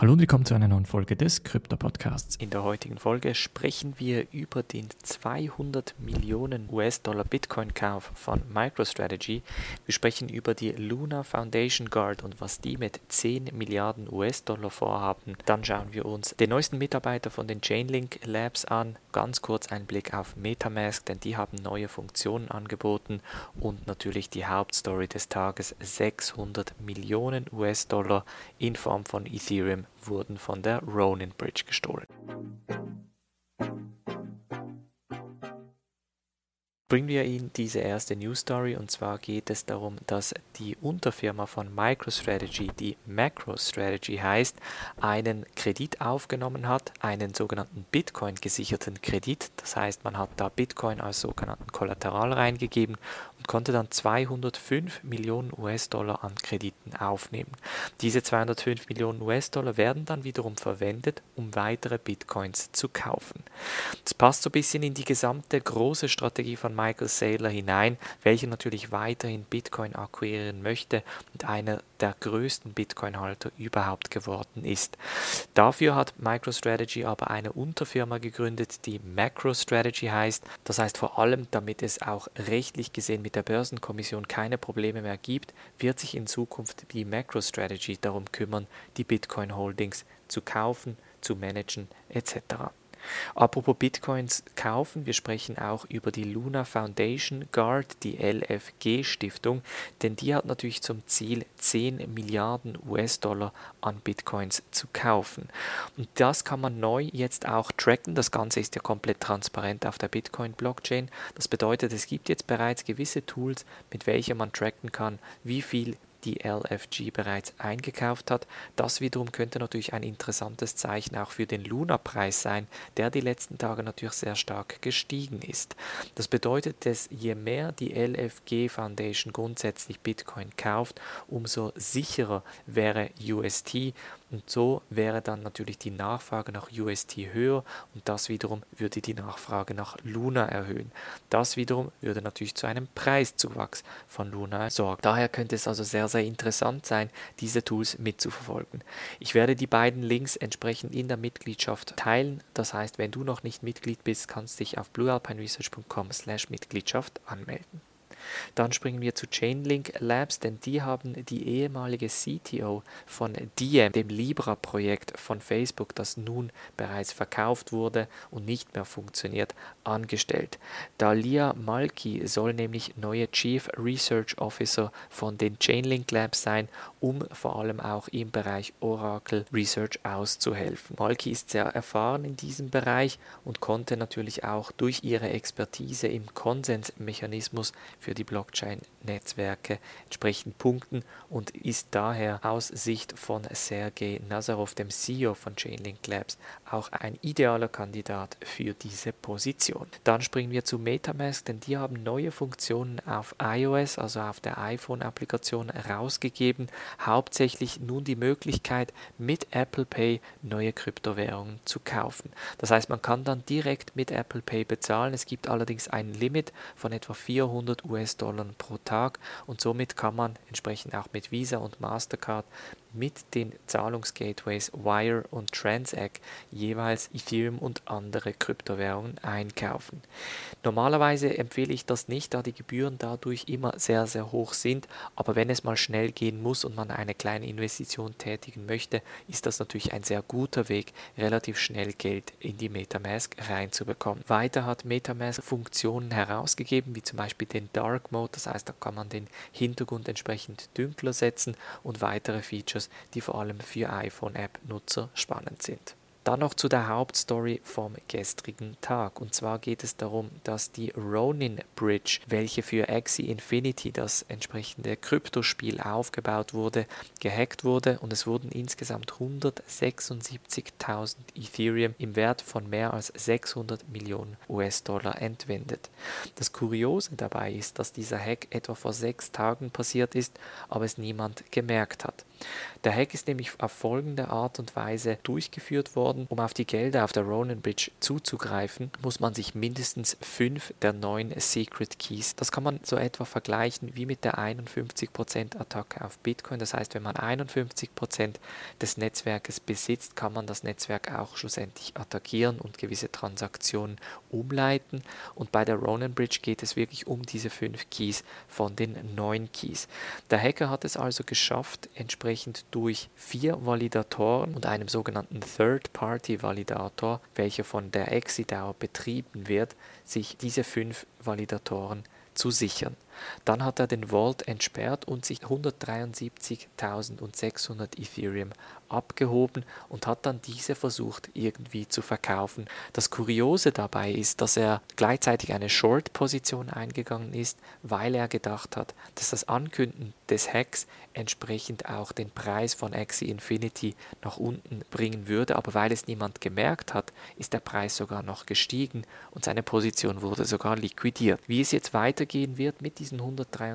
Hallo und willkommen zu einer neuen Folge des Krypto-Podcasts. In der heutigen Folge sprechen wir über den 200 Millionen US-Dollar Bitcoin-Kauf von MicroStrategy. Wir sprechen über die Luna Foundation Guard und was die mit 10 Milliarden US-Dollar vorhaben. Dann schauen wir uns den neuesten Mitarbeiter von den Chainlink Labs an. Ganz kurz ein Blick auf MetaMask, denn die haben neue Funktionen angeboten. Und natürlich die Hauptstory des Tages: 600 Millionen US-Dollar in Form von Ethereum wurden von der Ronin Bridge gestohlen. Bringen wir Ihnen diese erste News Story, und zwar geht es darum, dass die Unterfirma von MicroStrategy, die MacroStrategy heißt, einen Kredit aufgenommen hat, einen sogenannten Bitcoin-gesicherten Kredit. Das heißt, man hat da Bitcoin als sogenannten Kollateral reingegeben und konnte dann 205 Millionen US-Dollar an Krediten aufnehmen. Diese 205 Millionen US-Dollar werden dann wiederum verwendet, um weitere Bitcoins zu kaufen. Das passt so ein bisschen in die gesamte große Strategie von Michael Saylor hinein, welcher natürlich weiterhin Bitcoin akquirieren möchte und einer der größten Bitcoin-Halter überhaupt geworden ist. Dafür hat MicroStrategy aber eine Unterfirma gegründet, die MacroStrategy heißt. Das heißt vor allem, damit es auch rechtlich gesehen mit der Börsenkommission keine Probleme mehr gibt, wird sich in Zukunft die MacroStrategy darum kümmern, die Bitcoin-Holdings zu kaufen, zu managen etc. Apropos Bitcoins kaufen, wir sprechen auch über die Luna Foundation Guard, die LFG-Stiftung, denn die hat natürlich zum Ziel, 10 Milliarden US-Dollar an Bitcoins zu kaufen. Und das kann man neu jetzt auch tracken. Das Ganze ist ja komplett transparent auf der Bitcoin-Blockchain. Das bedeutet, es gibt jetzt bereits gewisse Tools, mit welchen man tracken kann, wie viel die LFG bereits eingekauft hat. Das wiederum könnte natürlich ein interessantes Zeichen auch für den Luna-Preis sein, der die letzten Tage natürlich sehr stark gestiegen ist. Das bedeutet, dass je mehr die LFG Foundation grundsätzlich Bitcoin kauft, umso sicherer wäre UST, und so wäre dann natürlich die Nachfrage nach UST höher und das wiederum würde die Nachfrage nach Luna erhöhen. Das wiederum würde natürlich zu einem Preiszuwachs von Luna sorgen. Daher könnte es also sehr, sehr interessant sein, diese Tools mitzuverfolgen. Ich werde die beiden Links entsprechend in der Mitgliedschaft teilen. Das heißt, wenn du noch nicht Mitglied bist, kannst du dich auf bluealpineresearch.com/Mitgliedschaft anmelden. Dann springen wir zu Chainlink Labs, denn die haben die ehemalige CTO von Diem, dem Libra-Projekt von Facebook, das nun bereits verkauft wurde und nicht mehr funktioniert, angestellt. Dalia Malki soll nämlich neue Chief Research Officer von den Chainlink Labs sein, um vor allem auch im Bereich Oracle Research auszuhelfen. Malki ist sehr erfahren in diesem Bereich und konnte natürlich auch durch ihre Expertise im Konsensmechanismus für die Blockchain-Netzwerke entsprechend punkten und ist daher aus Sicht von Sergei Nazarov, dem CEO von Chainlink Labs, auch ein idealer Kandidat für diese Position. Dann springen wir zu MetaMask, denn die haben neue Funktionen auf iOS, also auf der iPhone-Applikation, herausgegeben. Hauptsächlich nun die Möglichkeit, mit Apple Pay neue Kryptowährungen zu kaufen. Das heißt, man kann dann direkt mit Apple Pay bezahlen. Es gibt allerdings ein Limit von etwa 400 US-Dollar pro Tag und somit kann man entsprechend auch mit Visa und Mastercard mit den Zahlungsgateways Wire und Transact jeweils Ethereum und andere Kryptowährungen einkaufen. Normalerweise empfehle ich das nicht, da die Gebühren dadurch immer sehr, sehr hoch sind, aber wenn es mal schnell gehen muss und man eine kleine Investition tätigen möchte, ist das natürlich ein sehr guter Weg, relativ schnell Geld in die MetaMask reinzubekommen. Weiter hat MetaMask Funktionen herausgegeben, wie zum Beispiel den Dark Mode, das heißt, da kann man den Hintergrund entsprechend dünkler setzen und weitere Features, die vor allem für iPhone-App-Nutzer spannend sind. Dann noch zu der Hauptstory vom gestrigen Tag. Und zwar geht es darum, dass die Ronin Bridge, welche für Axie Infinity, das entsprechende Kryptospiel, aufgebaut wurde, gehackt wurde und es wurden insgesamt 176.000 Ethereum im Wert von mehr als 600 Millionen US-Dollar entwendet. Das Kuriose dabei ist, dass dieser Hack etwa vor 6 Tagen passiert ist, aber es niemand gemerkt hat. Der Hack ist nämlich auf folgende Art und Weise durchgeführt worden. Um auf die Gelder auf der Ronin Bridge zuzugreifen, muss man sich mindestens 5 der 9 Secret Keys, das kann man so etwa vergleichen wie mit der 51% Attacke auf Bitcoin. Das heißt, wenn man 51% des Netzwerkes besitzt, kann man das Netzwerk auch schlussendlich attackieren und gewisse Transaktionen umleiten. Und bei der Ronin Bridge geht es wirklich um diese 5 Keys von den 9 Keys. Der Hacker hat es also geschafft, entsprechend durch 4 Validatoren und einem sogenannten Third-Party-Validator, welcher von der ExiDAO betrieben wird, sich diese 5 Validatoren zu sichern. Dann hat er den Vault entsperrt und sich 173.600 Ethereum abgehoben und hat dann diese versucht irgendwie zu verkaufen. Das Kuriose dabei ist, dass er gleichzeitig eine Short-Position eingegangen ist, weil er gedacht hat, dass das Ankündigen des Hacks entsprechend auch den Preis von Axie Infinity nach unten bringen würde, aber weil es niemand gemerkt hat, ist der Preis sogar noch gestiegen und seine Position wurde sogar liquidiert. Wie es jetzt weitergehen wird mit diesen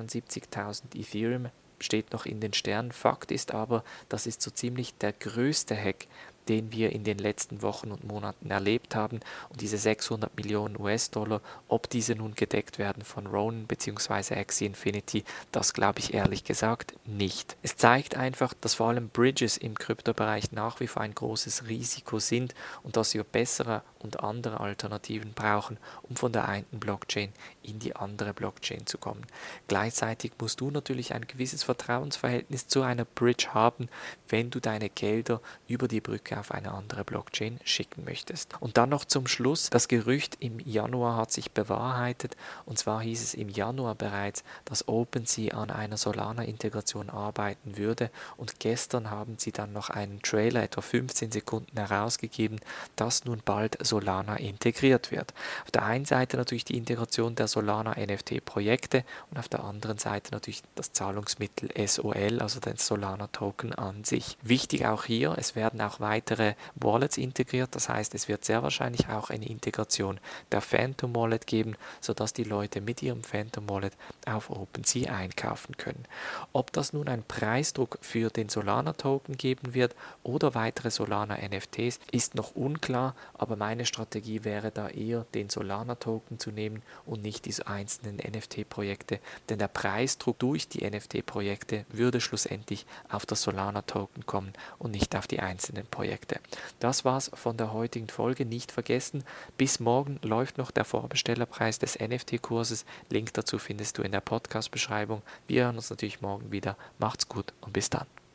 173.000 Ethereum, steht noch in den Sternen. Fakt ist aber, das ist so ziemlich der größte Hack, den wir in den letzten Wochen und Monaten erlebt haben. Und diese 600 Millionen US-Dollar, ob diese nun gedeckt werden von Ronin bzw. Axie Infinity, das glaube ich ehrlich gesagt nicht. Es zeigt einfach, dass vor allem Bridges im Kryptobereich nach wie vor ein großes Risiko sind und dass wir bessere und andere Alternativen brauchen, um von der einen Blockchain in die andere Blockchain zu kommen. Gleichzeitig musst du natürlich ein gewisses Vertrauensverhältnis zu einer Bridge haben, wenn du deine Gelder über die Brücke auf eine andere Blockchain schicken möchtest. Und dann noch zum Schluss, das Gerücht im Januar hat sich bewahrheitet, und zwar hieß es im Januar bereits, dass OpenSea an einer Solana-Integration arbeiten würde, und gestern haben sie dann noch einen Trailer, etwa 15 Sekunden, herausgegeben, dass nun bald Solana integriert wird. Auf der einen Seite natürlich die Integration der Solana NFT-Projekte und auf der anderen Seite natürlich das Zahlungsmittel SOL, also den Solana Token an sich. Wichtig auch hier, es werden auch weitere Wallets integriert, das heißt, es wird sehr wahrscheinlich auch eine Integration der Phantom Wallet geben, sodass die Leute mit ihrem Phantom Wallet auf OpenSea einkaufen können. Ob das nun einen Preisdruck für den Solana Token geben wird oder weitere Solana NFTs, ist noch unklar, aber meine Strategie wäre da eher, den Solana Token zu nehmen und nicht diese einzelnen NFT-Projekte, denn der Preisdruck durch die NFT-Projekte würde schlussendlich auf das Solana Token kommen und nicht auf die einzelnen Projekte. Das war's von der heutigen Folge. Nicht vergessen, bis morgen läuft noch der Vorbestellerpreis des NFT-Kurses. Link dazu findest du in der Podcast-Beschreibung. Wir hören uns natürlich morgen wieder. Macht's gut und bis dann.